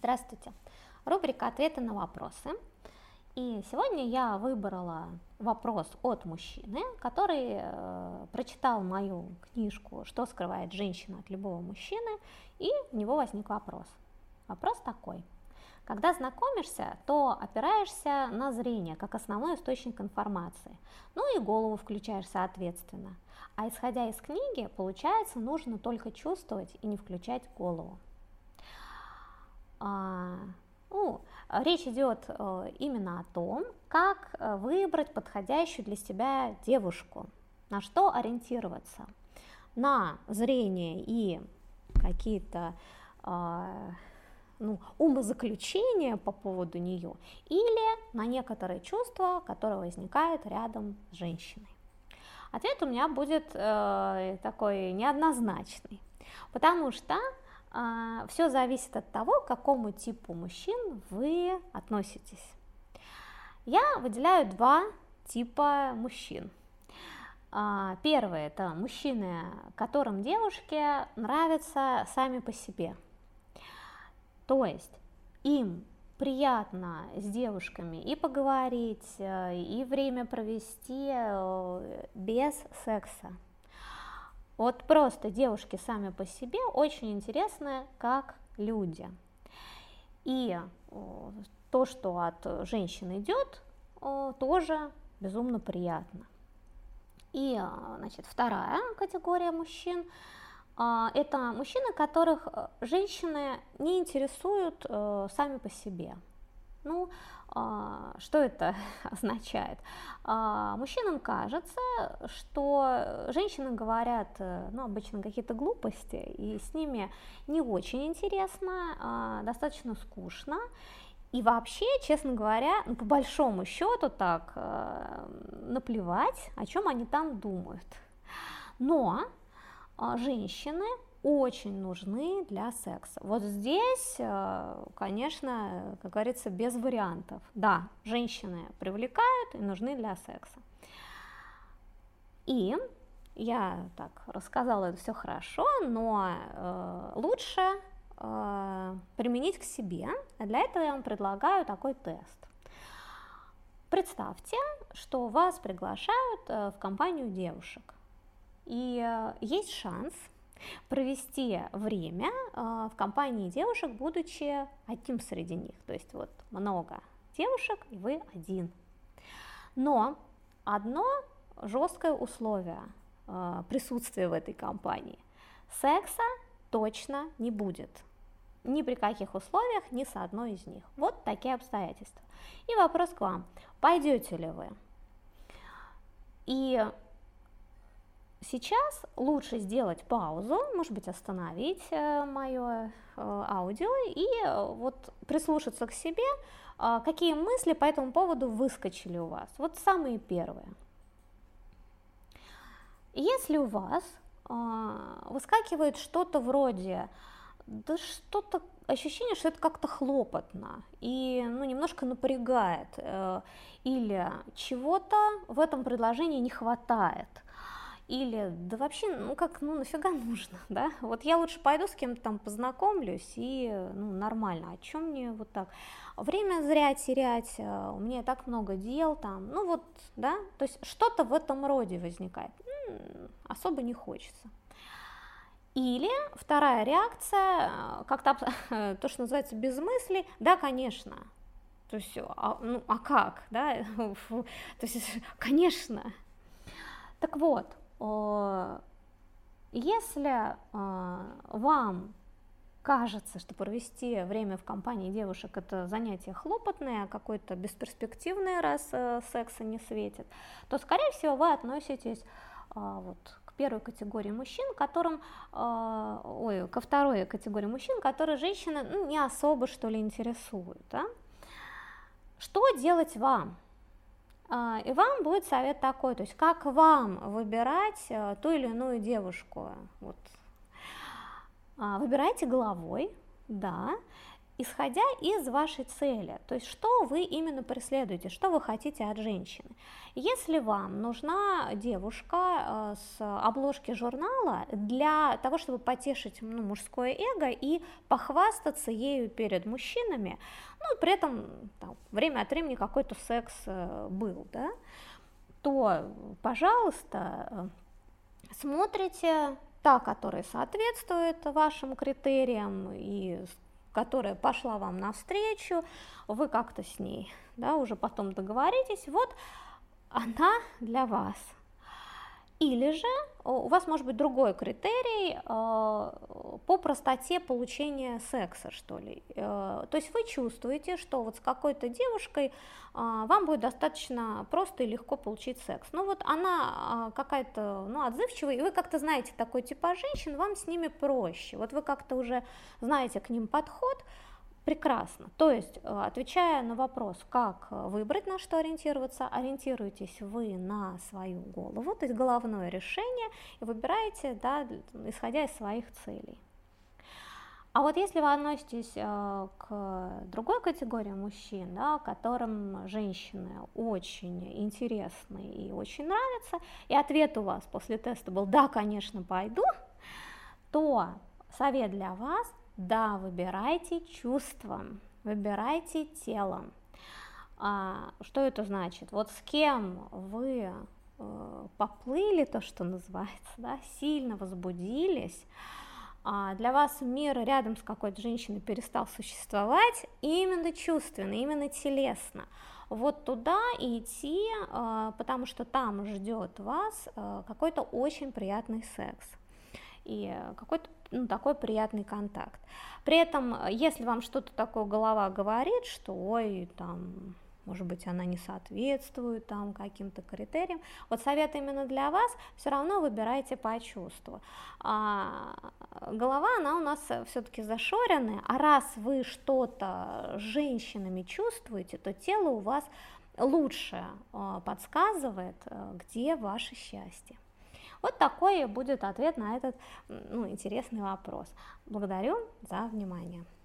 Здравствуйте! Рубрика «Ответы на вопросы». И сегодня я выбрала вопрос от мужчины, который прочитал мою книжку «Что скрывает женщина от любого мужчины», и у него возник вопрос. Вопрос такой. Когда знакомишься, то опираешься на зрение как основной источник информации, ну и голову включаешь соответственно. А исходя из книги, получается, нужно только чувствовать и не включать голову. Речь идет именно о том, как выбрать подходящую для себя девушку, на что ориентироваться. На зрение и какие-то умозаключения по поводу нее или на некоторые чувства, которые возникают рядом с женщиной. Ответ у меня будет такой неоднозначный, потому что все зависит от того, к какому типу мужчин вы относитесь. Я выделяю два типа мужчин. Первый – это мужчины, которым девушки нравятся сами по себе. То есть им приятно с девушками и поговорить, и время провести без секса. Вот просто девушки сами по себе очень интересны как люди. И то, что от женщин идет, тоже безумно приятно. И, вторая категория мужчин – это мужчины, которых женщины не интересуют сами по себе. Что это означает? Мужчинам кажется, что женщины говорят, обычно какие-то глупости, и с ними не очень интересно, достаточно скучно. И вообще, честно говоря, по большому счету так наплевать, о чем они там думают. Но женщины очень нужны для секса. Вот здесь, конечно, как говорится, без вариантов. Да, женщины привлекают и нужны для секса. И я так рассказала это все хорошо, но лучше применить к себе. Для этого я вам предлагаю такой тест. Представьте, что вас приглашают в компанию девушек. И есть шанс провести время в компании девушек, будучи одним среди них. То есть вот много девушек, и вы один. Но одно жесткое условие присутствия в этой компании. Секса точно не будет. Ни при каких условиях, ни с одной из них. Вот такие обстоятельства. И вопрос к вам. Пойдете ли вы? И сейчас лучше сделать паузу, может быть, остановить мое аудио и вот прислушаться к себе, какие мысли по этому поводу выскочили у вас. Вот самые первые. Если у вас выскакивает что-то вроде, да что-то, ощущение, что это как-то хлопотно и немножко напрягает, или чего-то в этом предложении не хватает, или да вообще, нафига нужно, да? Вот я лучше пойду с кем-то там познакомлюсь и нормально, о чем мне вот так? Время зря терять, у меня так много дел там, да? То есть что-то в этом роде возникает, особо не хочется. Или вторая реакция, как-то то, что называется без мыслей, да, конечно. То есть, как, да? То есть, конечно. Так вот, если вам кажется, что провести время в компании девушек – это занятие хлопотное, какое-то бесперспективное, раз секса не светит, то, скорее всего, вы относитесь к первой категории мужчин, ко второй категории мужчин, которые женщины не особо, что ли, интересуют. Да? Что делать вам? И вам будет совет такой, то есть как вам выбирать ту или иную девушку. Вот. Выбирайте головой, да, исходя из вашей цели, то есть что вы именно преследуете, что вы хотите от женщины. Если вам нужна девушка с обложки журнала для того, чтобы потешить мужское эго и похвастаться ею перед мужчинами, ну, при этом там, время от времени какой-то секс был, да, то, пожалуйста, смотрите та, которая соответствует вашим критериям и которая пошла вам навстречу, вы как-то с ней, да, уже потом договоритесь, вот она для вас. Или же у вас может быть другой критерий по простоте получения секса, что ли. То есть вы чувствуете, что вот с какой-то девушкой вам будет достаточно просто и легко получить секс. Ну вот она какая-то отзывчивая, и вы как-то знаете такой типаж женщин, вам с ними проще. Вот вы как-то уже знаете к ним подход. Прекрасно. То есть, отвечая на вопрос, как выбрать, на что ориентироваться, ориентируетесь вы на свою голову, то есть головное решение, и выбираете, да, исходя из своих целей. А вот если вы относитесь к другой категории мужчин, да, которым женщины очень интересны и очень нравятся, и ответ у вас после теста был «да, конечно, пойду», то совет для вас – да, выбирайте чувством, выбирайте телом. Что это значит? Вот с кем вы поплыли, то, что называется, да, сильно возбудились, для вас мир рядом с какой-то женщиной перестал существовать именно чувственно, именно телесно. Вот туда и идти, потому что там ждет вас какой-то очень приятный секс и какой-то такой приятный контакт. При этом, если вам что-то такое голова говорит, что ой, там, может быть, она не соответствует там каким-то критериям, вот совет именно для вас, все равно выбирайте по чувству. Голова, она у нас все-таки зашоренная, а раз вы что-то с женщинами чувствуете, то тело у вас лучше подсказывает, где ваше счастье. Вот такой будет ответ на этот интересный вопрос. Благодарю за внимание.